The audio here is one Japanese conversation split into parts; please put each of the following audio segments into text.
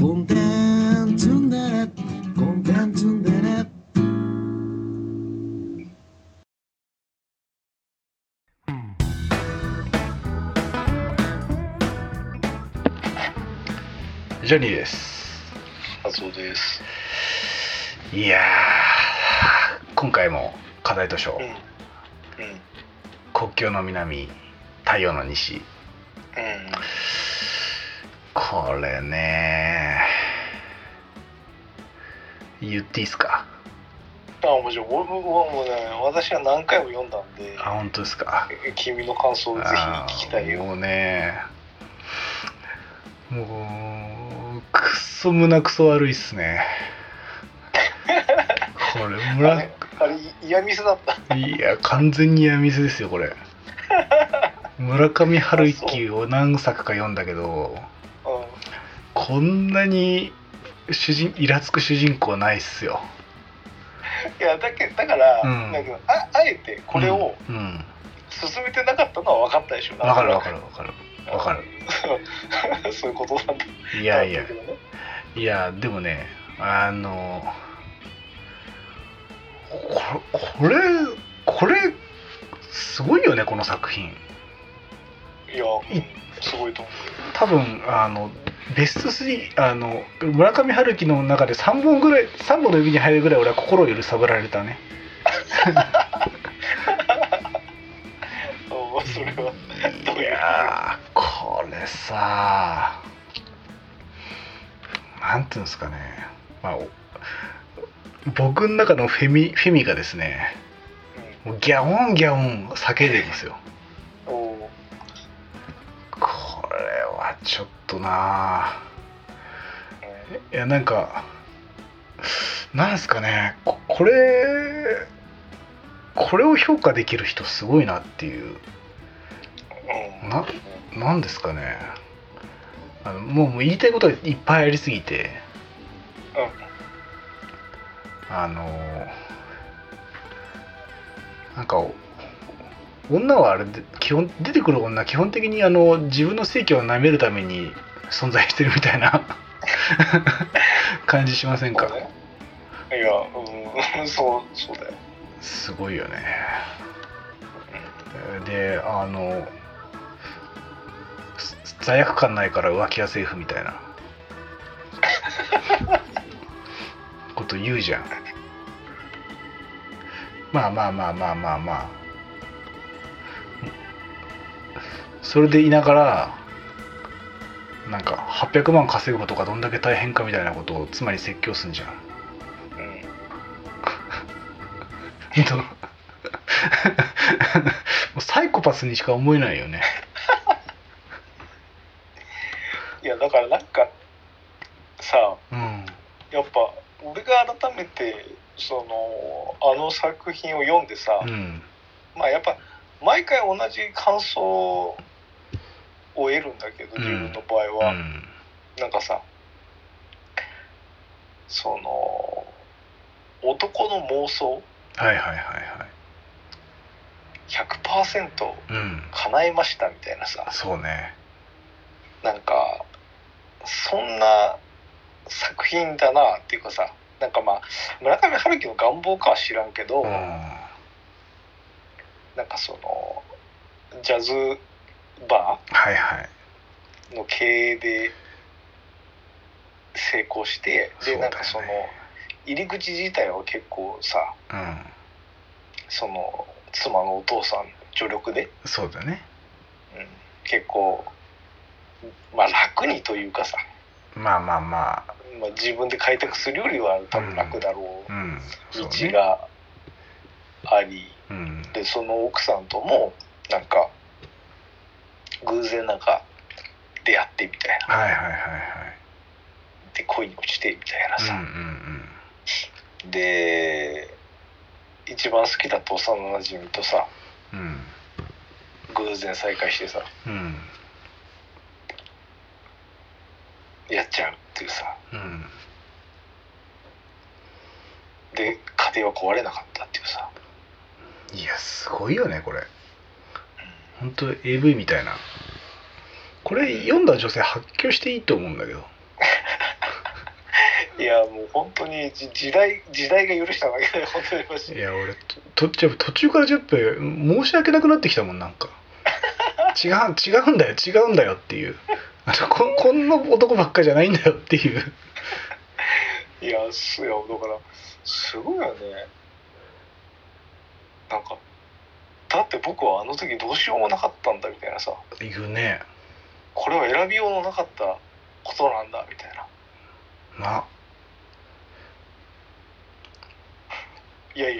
コンテンツンデレコンテンツンデレジョニーです。 そうです。 いやー、今回も課題図書、国境の南、太陽の西、これね、言っていいですか？ もちろん僕はもうね、私は何回も読んだんで。 本当ですか？ 君の感想をぜひ聞きたいよ。 もうね、もうクソ胸クソ悪いっすね。これあれ嫌ミスだった。 いや完全に嫌ミスですよこれ。村上春樹を何作か読んだけど、こんなにイラつく主人公ないっすよ。 いやだから、だけどあえてこれを進めてなかったのは分かったでしょ。 分かるそういうことなんだ。 いやでもね、これすごいよねこの作品。 いやすごいと思う。 多分ベスト3村上春樹の中で3本の指に入るぐらい俺は心を揺さぶられたね。 それはどういやこれさ、なんていうんですかね、僕の中のフェミがですね、もうギャオンギャオン叫んでますよ。これはちょっといやなんかなんすかね、これを評価できる人すごいなっていう、なんですかね、もう言いたいことがいっぱいありすぎて、なんか女はあれで基本出てくる女基本的に自分の性器を舐めるために存在してるみたいな感じしませんか？ いやそうだよ。 すごいよね。で罪悪感ないから浮気はセーフみたいなこと言うじゃん。まあそれでいながらなんか800万稼ぐことがどんだけ大変かみたいなことを妻に説教すんじゃん。もうサイコパスにしか思えないよね。 いやだからなんかさ、やっぱ俺が改めてあの作品を読んでさ、やっぱ毎回同じ感想を得るんだけど、自分の場合は、なんかさ、男の妄想、100% 叶いましたみたいなさ、 そうね、 なんかそんな作品だなっていうかさ、なんか村上春樹の願望かは知らんけど、なんかジャズバーの経営で成功して、でなんか入り口自体は結構さ、妻のお父さん助力で、 そうだね、 結構楽にというかさ、自分で開拓するよりは多分楽だろう、道があり、でその奥さんともなんか偶然なんか出会ってみたいな、で恋に落ちてみたいなさ、で一番好きだった幼なじみとさ、偶然再会してさ、やっちゃうっていうさ、で家庭は壊れなかったっていうさ。 いやすごいよねこれ。本当 AV みたいな。これ読んだ女性発狂していいと思うんだけど。 やもう本当に時代が許しただけで本当にマジ。 いや俺途中からちょっと申し訳なくなってきたもんなんか違うんだよっていうこんな男ばっかじゃないんだよっていう。 いやだからすごいよね。なんかだって僕はあの時どうしようもなかったんだみたいなさ。 言うね。 これは選びようのなかったことなんだみたいな。いやい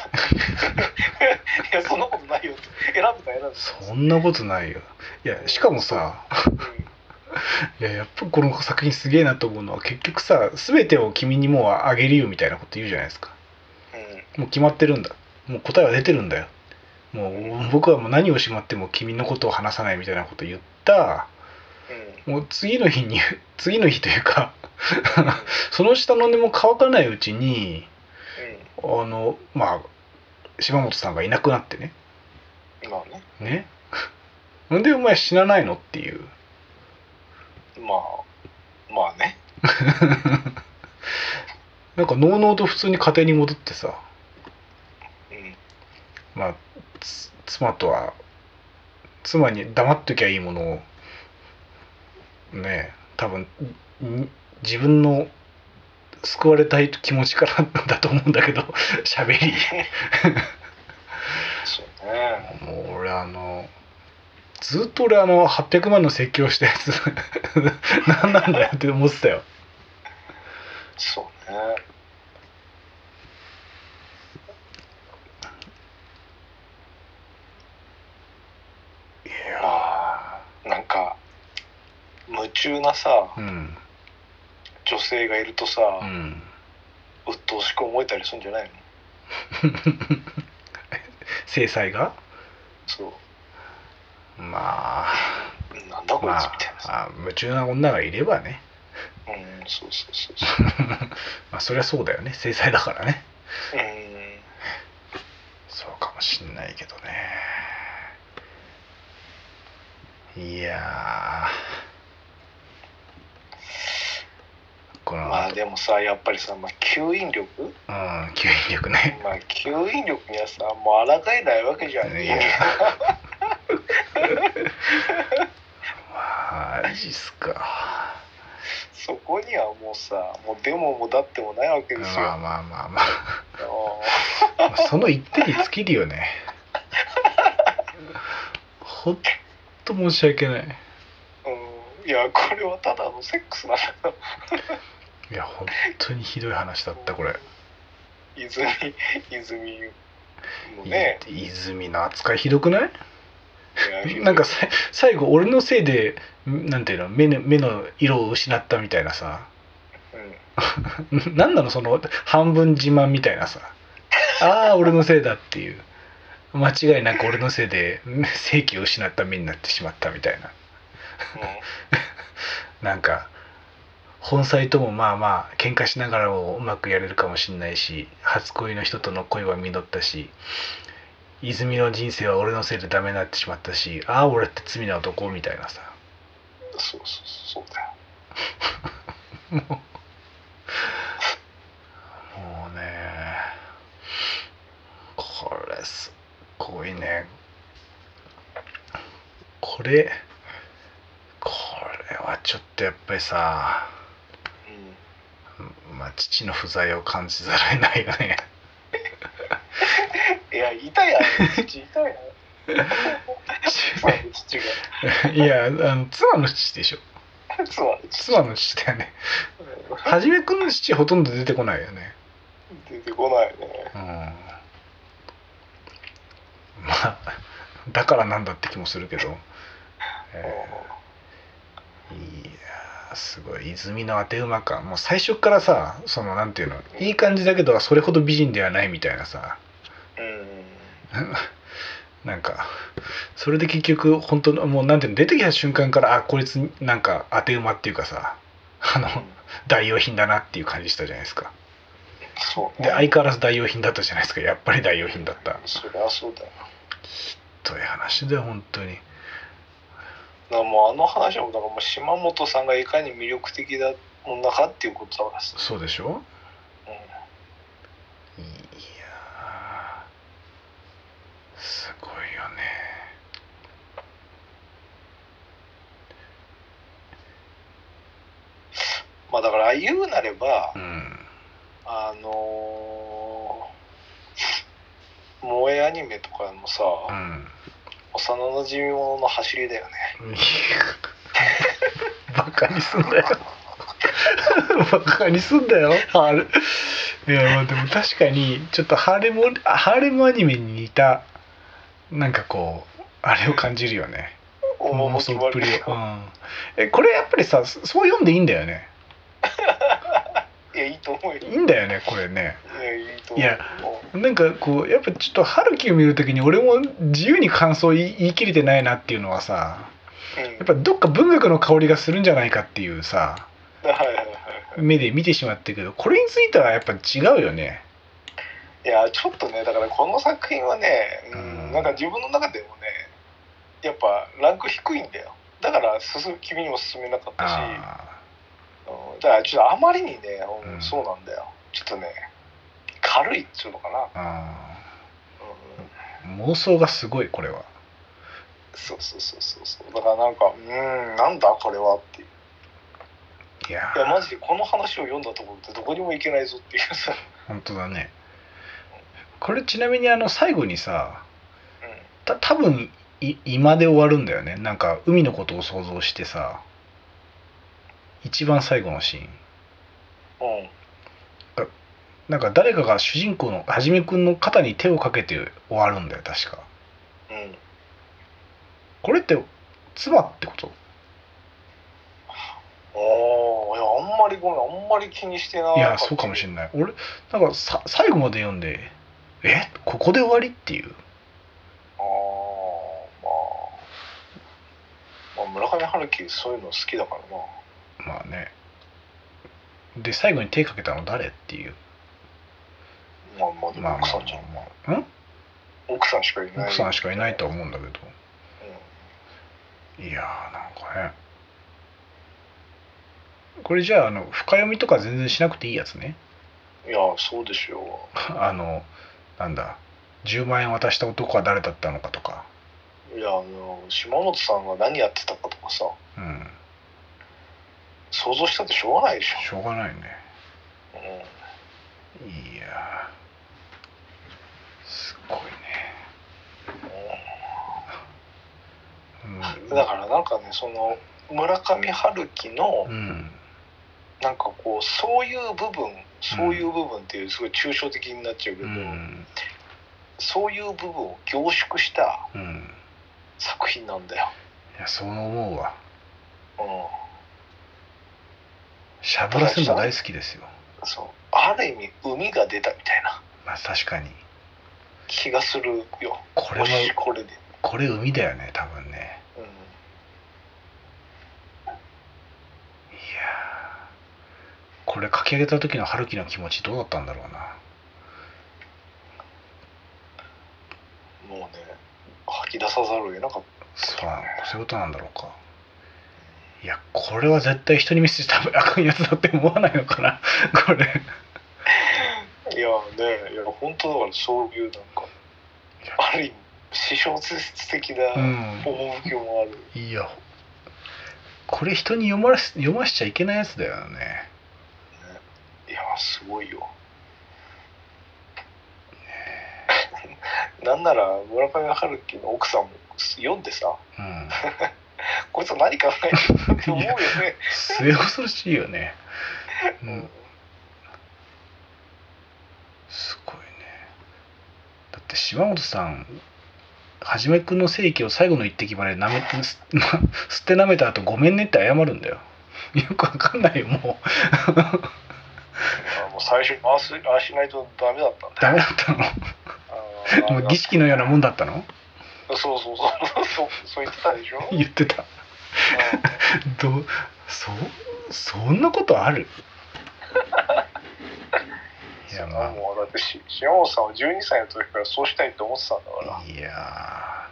やそんなことないよって選ぶそんなことないよ。いやしかもさ、いややっぱこの作品すげえなと思うのは結局さ全てを君にもうあげるよみたいなこと言うじゃないですか。もう決まってるんだ。もう答えは出てるんだよ。もう僕はもう何をしまっても君のことを話さないみたいなこと言った。もう次の日というかその下の根も乾かないうちに島本さんがいなくなってね。ね。なんでお前死なないのっていう。まあね。 なんかのうのうと普通に家庭に戻ってさ。妻に黙っときゃいいものをね、多分自分の救われたい気持ちからだと思うんだけど喋りそうね。 もう俺ずっと俺800万の説教したやつ何なんだよって思ってたよ。 そうね。いやなんか夢中なさ、女性がいるとさ、鬱陶しく思えたりするんじゃないの？ 制裁が？ そう。 まあなんだこいつみたいな。 夢中な女がいればね。 そうまあそりゃそうだよね。制裁だからね。そうかもしんないけどね。いやまあでもさやっぱりさ、吸引力？ 吸引力ね。 吸引力にはさもう抗えないわけじゃん。 マジっすか。 そこにはもうさもうでももだってもないわけですよ。 その一手に尽きるよね。ほんと申し訳ない。 いやこれはただのセックスなんだよ。 いや本当にひどい話だったこれ。 泉もね。 泉の扱いひどくない？なんか最後俺のせいでなんていうの目の色を失ったみたいなさ。なんなのその半分自慢みたいなさ。俺のせいだっていう。間違いなく俺のせいで正気を失った目になってしまったみたいな。なんか本妻とも喧嘩しながらもうまくやれるかもしれないし、初恋の人との恋は実ったし、泉の人生は俺のせいでダメになってしまったし、俺って罪な男みたいなさ。 そうだよ。 もうねこれすごいね。これはちょっとやっぱりさ、父の不在を感じざるを得ないよね。 いやいたやん、父いたやん。父が。 いや妻の父でしょ。妻の父だよね。はじめくんの父ほとんど出てこないよね。 出てこないね。 だからなんだって気もするけど。いやすごい泉の当て馬感。もう最初からさなんていうのいい感じだけどそれほど美人ではないみたいなさ。なんかそれで結局本当もうなんていうの出てきた瞬間からこいつなんか当て馬っていうかさ代用品だなっていう感じしたじゃないですか。で相変わらず代用品だったじゃないですか。やっぱり代用品だった。 そりゃそうだよ。 ひどい話だよ本当に。 もう話はだからもう島本さんがいかに魅力的だっの中っていうことだからさ。 そうでしょ。いやすごいよね。 まあだから言うなれば、萌えアニメとかのさ、幼馴染者の走りだよね。 バカにすんだよ。バカにすんだよ。いやまあでも確かにちょっとハーレムアニメに似たなんかこうあれを感じるよね。 趣っぷりを。これやっぱりさそう読んでいいんだよね。 いやいいと思うよ。 いいんだよねこれね。 いいと思う。 いやなんかこうやっぱちょっと春樹を見るときに俺も自由に感想言い切れてないなっていうのはさ、やっぱどっか文学の香りがするんじゃないかっていうさ、目で見てしまったけど、これについてはやっぱ違うよね。 いやちょっとね、だからこの作品はね、なんか自分の中でもねやっぱランク低いんだよ。だから君にも勧めなかったし、だからちょっとあまりにね、そうなんだよ。ちょっとね軽いっつうのかな。 妄想がすごいこれは。 そうだからなんかなんだこれはっていう。いやマジでこの話を読んだところってどこにも行けないぞっていうさ。 本当だね。これちなみに最後にさ、多分今で終わるんだよね。なんか海のことを想像してさ、一番最後のシーン。なんか誰かが主人公のはじめくんの肩に手をかけて終わるんだよ確か。これって妻ってこと？ いやあんまり気にしてない。 いやそうかもしれない。俺なんか最後まで読んでここで終わりっていう。 まあ村上春樹そういうの好きだからな。 まあね。で最後に手かけたの誰っていう。 まあ奥さんじゃん。奥さんしかいない。 奥さんしかいないとは思うんだけど。いやーなんかね。これじゃあ深読みとか全然しなくていいやつね。 いやそうですよ。 なんだ10万円渡した男は誰だったのかとか。 いや島本さんが何やってたかとかさ、想像したってしょうがないでしょ。 しょうがないね。いやすごいね。だからなんかねその村上春樹の、なんかこうそういう部分っていうすごい抽象的になっちゃうけど、そういう部分を凝縮した作品なんだよ。 いやそう思うわ。しゃぶらせるの大好きですよ。 そうある意味海が出たみたいな。 まあ確かに。 気がするよ。 これ海だよね多分ね。いやこれ書き上げた時の春樹の気持ちどうだったんだろうな。 もうね吐き出さざるを得なかった。 そういうことなんだろうか。いやこれは絶対人に見せたらあかんやつだって思わないのかなこれ。 いや本当だからそういうなんかある意味詩小説的な趣もある。 いやこれ人に読ましちゃいけないやつだよね。 いやすごいよ。なんなら村上春樹の奥さんも読んでさ、こいつは何考えてるんだって思うよね。 末恐ろしいよね。すごいね。だって島本さんはじめくんの正義を最後の一滴まで吸って舐めた後ごめんねって謝るんだよ。よくわかんないよもう。もう最初ああしないとダメだったんだよ。 ダメだったの？もう儀式のようなもんだったの？ そう言ってたでしょ。 言ってた。そんなことある？ いやもうだって島本さんは12歳の時からそうしたいって思ってたんだから。 いや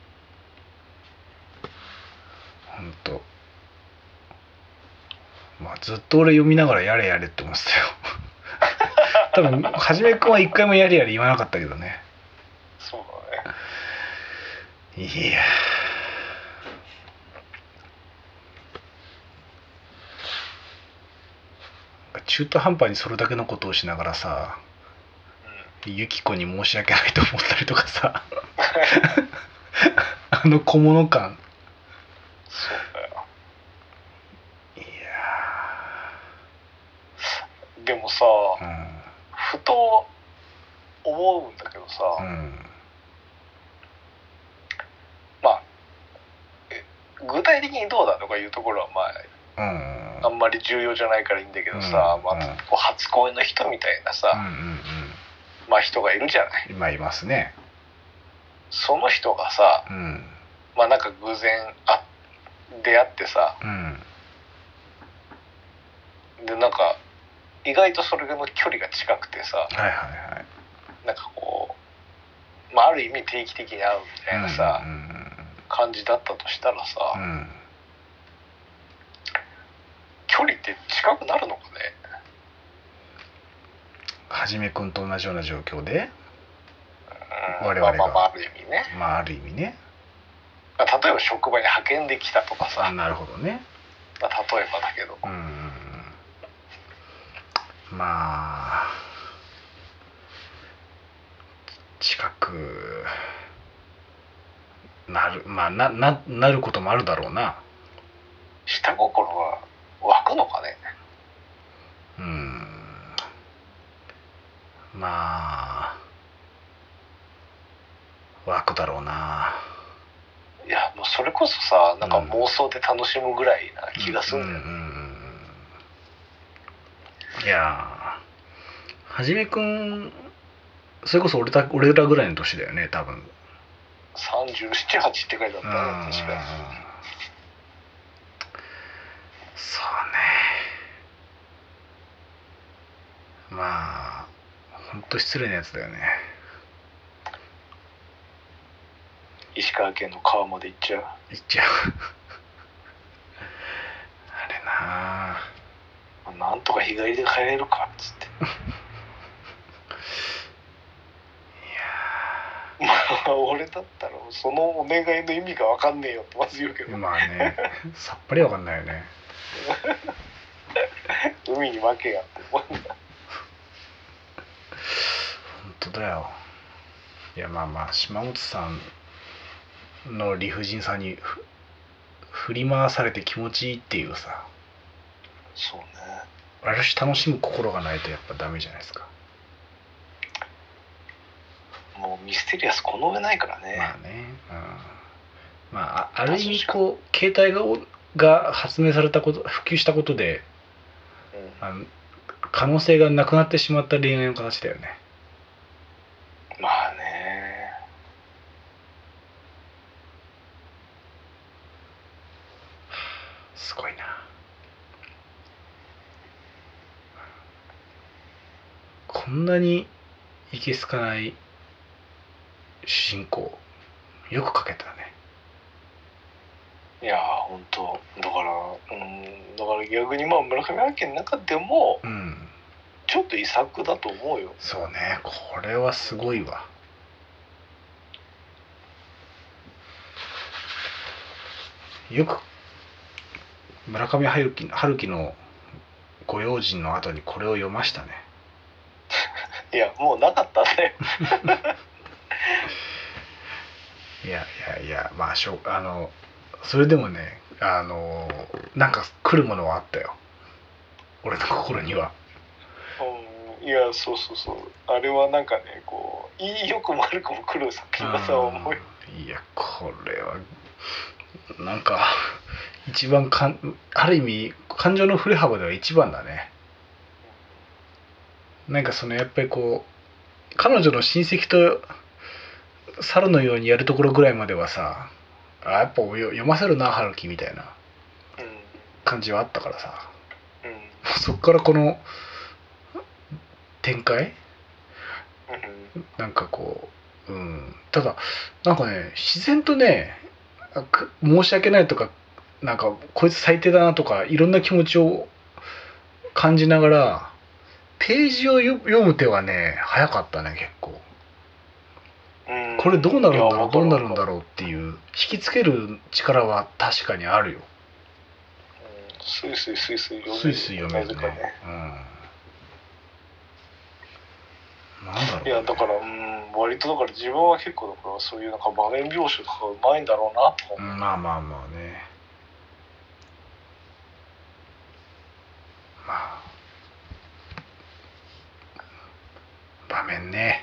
ほんとまあずっと俺読みながらやれやれって思ってたよ多分はじめくんは一回もやれやれ言わなかったけどね。 そうだね。 いや中途半端にそれだけのことをしながらさ、ユキコに申し訳ないと思ったりとかさあの小物感。 そうだよ。 いやでもさ、ふと思うんだけどさ、まあ具体的にどうだとかいうところはまあ、あんまり重要じゃないからいいんだけどさ、まあ、こう初恋の人みたいなさ、まあ人がいるじゃない。 今いますね。 その人がさ、まあなんか偶然出会ってさ、でなんか意外とそれの距離が近くてさ、なんかこう、まあある意味定期的に会うみたいなさ、感じだったとしたらさ、距離って近くなるのかね。 はじめくんと同じような状況で、 我々が、まあある意味ね。 まあある意味ね。 例えば職場に派遣できたとかさ。 なるほどね。 例えばだけど。 まあ近くなる、まあなることもあるだろうな。 下心は湧くのかね。 まあ湧くだろうな。 いやもうそれこそさ、なんか妄想で楽しむぐらいな気がするんだよね。 いやはじめくんそれこそ俺らぐらいの年だよね多分。 37、8って書いてあったね、確かに。 そうね。まあほんと失礼なやつだよね。 石川県の川まで行っちゃうあれななんとか日帰りで帰れるかっつっていやまあ俺だったらそのお願いの意味が分かんねえよってまず言うけど、 まあねさっぱり分かんないよね海に負けやって思うんだ。 本当だよ。いやまあ島本さんの理不尽さに振り回されて気持ちいいっていうさ。 そうね。 ある種楽しむ心がないとやっぱダメじゃないですか。 もうミステリアスこの上ないからね。 まあね、まあある意味こう携帯が発明されたこと普及したことで、可能性がなくなってしまった恋愛の形だよね。 まあね。 すごいな。こんなにいけすかない主人公よく描けたね。 いや本当だから逆にまあ村上春樹の中でも、ちょっと遺作だと思うよ。 そうね、これはすごいわ。よく村上春樹のご用心の後にこれを読ましたね。 いやもうなかったねいやまあそれでもねなんか来るものはあったよ俺の心には。 いやそうあれはなんかねこうよくも悪くも来る作品だとは思うよ。 いやこれはなんか一番ある意味感情の振れ幅では一番だね。なんかやっぱりこう彼女の親戚と猿のようにやるところぐらいまではさ、やっぱ読ませるな春樹みたいな感じはあったからさ、そっからこの展開、なんかこう、ただなんかね自然とね申し訳ないとかなんかこいつ最低だなとかいろんな気持ちを感じながらページを読む手はね早かったね結構。これどうなるんだろうどうなるんだろうっていう引きつける力は確かにあるよ。 スイスイスイスイスイスイ読めるね。なんだろう、ね、 いやだから割とだから自分は結構だからそういうなんか場面描写とかうまいんだろうなと思う。 まあまあまあね。まあ場面ね。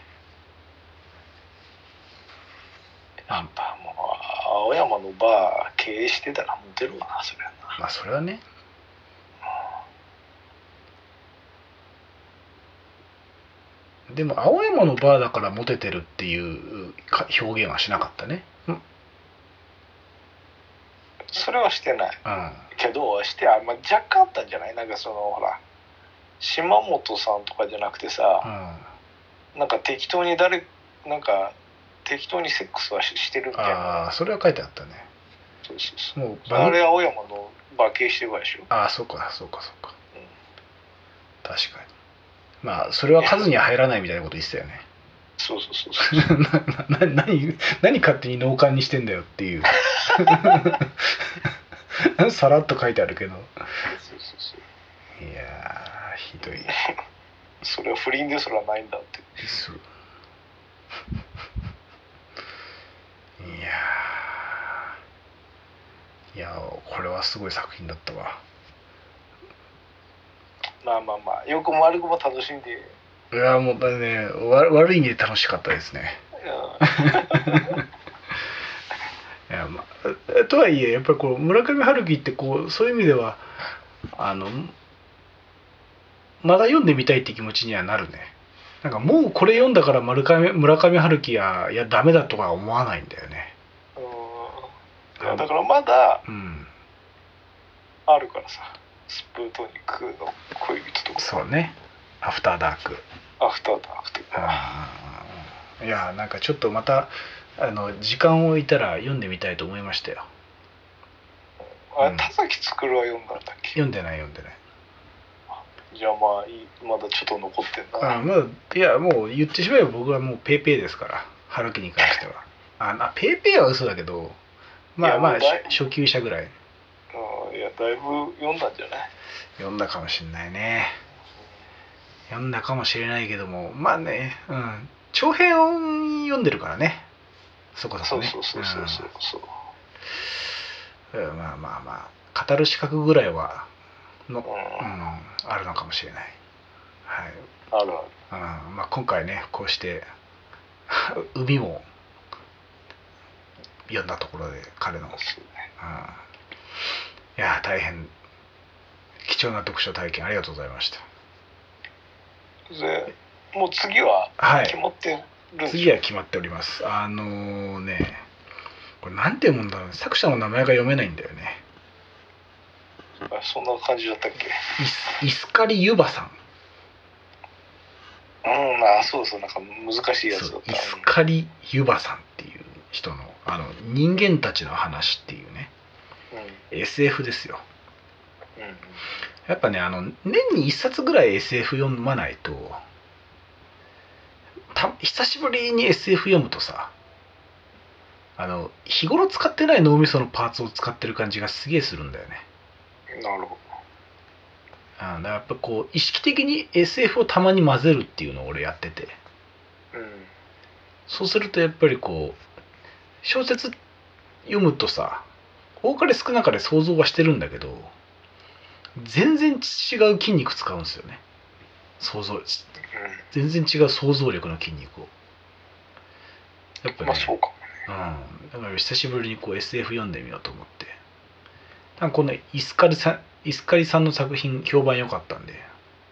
やっぱもう青山のバー経営してたらモテるわなそれはな。 まあそれはね。でも青山のバーだからモテてるっていう表現はしなかったね。 それはしてない、けどしてまあ、若干あったんじゃない？なんかそのほら島本さんとかじゃなくてさ、なんか適当になんか適当にセックスはしてるみたいな。 ああそれは書いてあったね。 そうそうそう。もうあれ青山のバー経営してるからでしょ。 ああそうかそうかそうか、確かに。まあそれは数には入らないみたいなこと言ってたよね。 そうそうそうそう何勝手に脳幹にしてんだよっていうさらっと書いてあるけど。そうそうそう。いやひどい。 それは不倫ですらないんだって。 そう。いやこれはすごい作品だったわ。 まあまあまあよくも悪くも楽しんで。 いやもうね悪い意味で楽しかったですね。いやまあ、とはいえやっぱりこう村上春樹ってこうそういう意味ではまだ読んでみたいって気持ちにはなるね。なんかもうこれ読んだから村上春樹いやダメだとは思わないんだよね。 いやだからまだ、あるからさスプートニクの恋人とか。 そうねアフターダーク。 アフターダークとか。いやなんかちょっとまた時間を置いたら読んでみたいと思いましたよ。 あれ田崎作は読んだんだっけ？ 読んでない。 じゃあまあまだちょっと残ってんな。 まあいやもう言ってしまえば僕はもうペーペーですから春樹に関しては。ペーペーは嘘だけどまあ初級者ぐらい。 いやだいぶ読んだんじゃない？ 読んだかもしれないね。読んだかもしれないけどもまあね長編を読んでるからねそこそこね。そうまあ語る資格ぐらいはあるのかもしれない。はい。 あるまあ今回ねこうして海も読んだところで彼の、いや大変貴重な読書体験ありがとうございました。 でもう次は決まってるんでしょ？ 次は決まっております。これなんて読むんだろう、作者の名前が読めないんだよね。 そんな感じだったっけ？ イスカリユバさん。 そうそうなんか難しいやつだった。 イスカリユバさんっていう人の人間たちの話っていうね、SF ですよ。やっぱね年に1冊ぐらい SF 読まないと久しぶりに SF 読むとさ日頃使ってない脳みそのパーツを使ってる感じがすげえするんだよね。 なるほど。 だからやっぱこう意識的に SF をたまに混ぜるっていうのを俺やってて、そうするとやっぱりこう小説読むとさ多かれ少なかれ想像はしてるんだけど全然違う筋肉使うんですよね。全然違う想像力の筋肉をやっぱね、 そうかもね。だから久しぶりにこう SF 読んでみようと思って、なんかこのイスカリさんの作品評判良かったんで。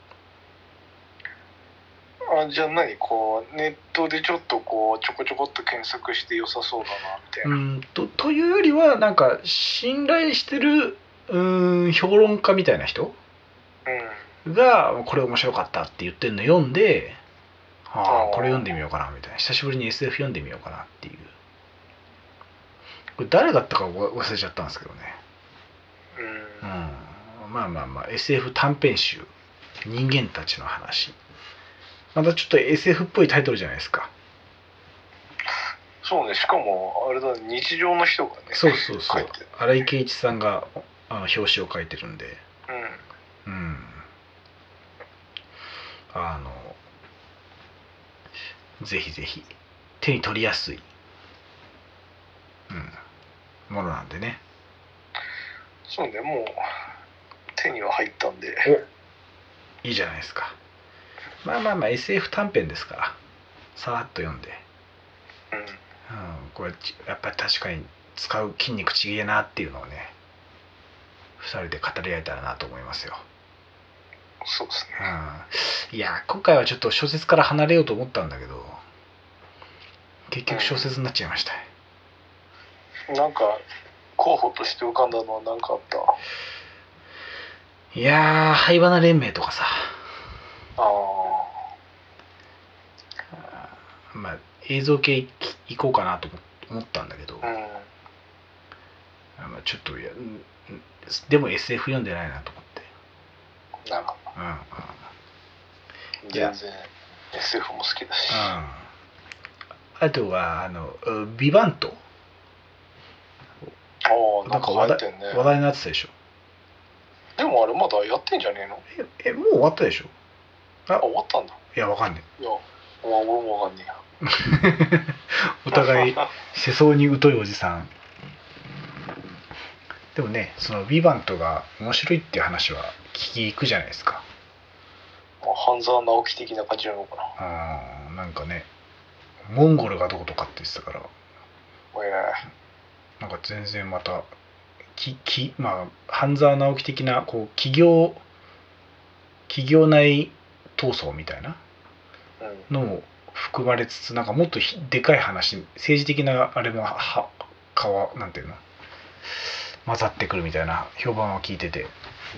じゃあ何こうネットでちょっとこうちょこちょこっと検索して良さそうだなみたいな。 というよりはなんか信頼してる評論家みたいな人がこれ面白かったって言ってるの読んで、これ読んでみようかなみたいな、久しぶりに SF 読んでみようかなっていう。これ誰だったか忘れちゃったんですけどね。まあ SF 短編集人間たちの話。またちょっと SF っぽいタイトルじゃないですか。 そうね、しかもあれだ、日常の人がね、 そうそうそう、新井圭一さんが表紙を書いてるんで、ぜひぜひ手に取りやすい、ものなんでね。 そうね、もう手には入ったんで。 お、いいじゃないですか。まあ SF 短編ですからさーっと読んで、これやっぱり確かに使う筋肉ちげえなっていうのをね、2人で語り合えたらなと思いますよ。 そうですね。いや今回はちょっと小説から離れようと思ったんだけど、結局小説になっちゃいました。 なんか候補として浮かんだのは何かあった？ いや灰花連盟とかさ。まあ映像系行こうかなと思ったんだけど、ちょっとでも SF 読んでないなと思って。 なるほど。全然 SF も好きだし。 あとはビバント。 なんか話題になってたでしょ。 でもあれまだやってんじゃねえの？ もう終わったでしょ。 終わったんだ。 いやわかんねえ。 いや俺もわかんねえや。 お互い世相に疎いおじさん。でもね、そのビバントが面白いっていう話は聞くじゃないですか。 半沢直樹的な感じなのかな。 なんかね、モンゴルがどうとかって言ってたから、なんか全然またまあ半沢直樹的なこう企業内闘争みたいなのも含まれつつ、なんかもっとでかい話、政治的なあれもなんていうの、混ざってくるみたいな評判を聞いてて、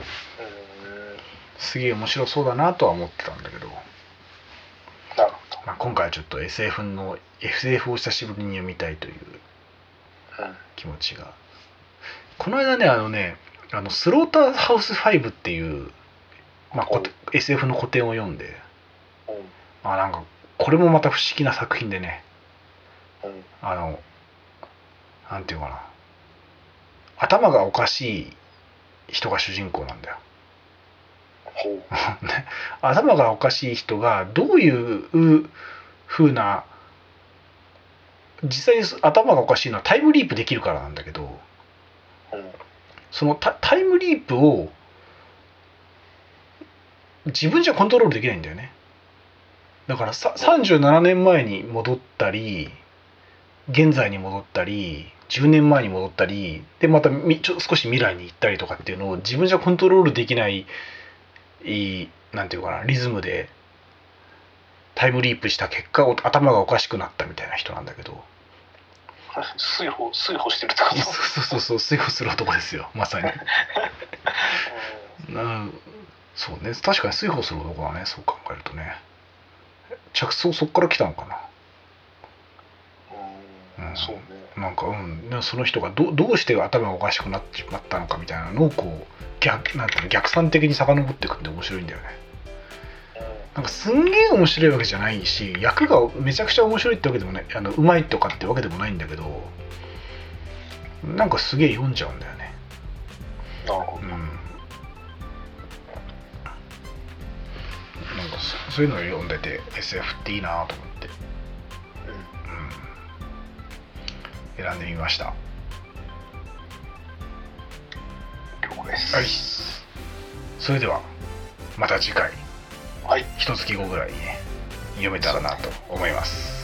すげえ面白そうだなとは思ってたんだけど、 なるほど。 今回はちょっと SF を久しぶりに読みたいという気持ちが。この間ね、スローターハウス5っていう、SF の古典を読んで、なんかこれもまた不思議な作品でね、なんていうかな、頭がおかしい人が主人公なんだよ。頭がおかしい人がどういう風な、実際に頭がおかしいのはタイムリープできるからなんだけど、そのタイムリープを自分じゃコントロールできないんだよね。だから37年前に戻ったり、現在に戻ったり、10年前に戻ったりで、また少し未来に行ったりとかっていうのを自分じゃコントロールできない、なんていうかな、リズムでタイムリープした結果頭がおかしくなったみたいな人なんだけど、 水歩してるってこと？ そう水歩する男ですよ、まさに。そうね、確かに水歩する男だね、そう考えるとね。着想そっから来たのかな。 そうね。 なんかその人がどうして頭がおかしくなってしまったのかみたいなのをこう逆算的に遡っていくんで面白いんだよね。なんかすんげえ面白いわけじゃないし、役がめちゃくちゃ面白いってわけでもない、うまいとかってわけでもないんだけど、なんかすげえ読んじゃうんだよね。 なるほど。 なんかそういうのを読んでて SF っていいなと思って、選んでみました。 了解です。 はい。それではまた次回、 はい、 1月後ぐらいにね読めたらなと思います。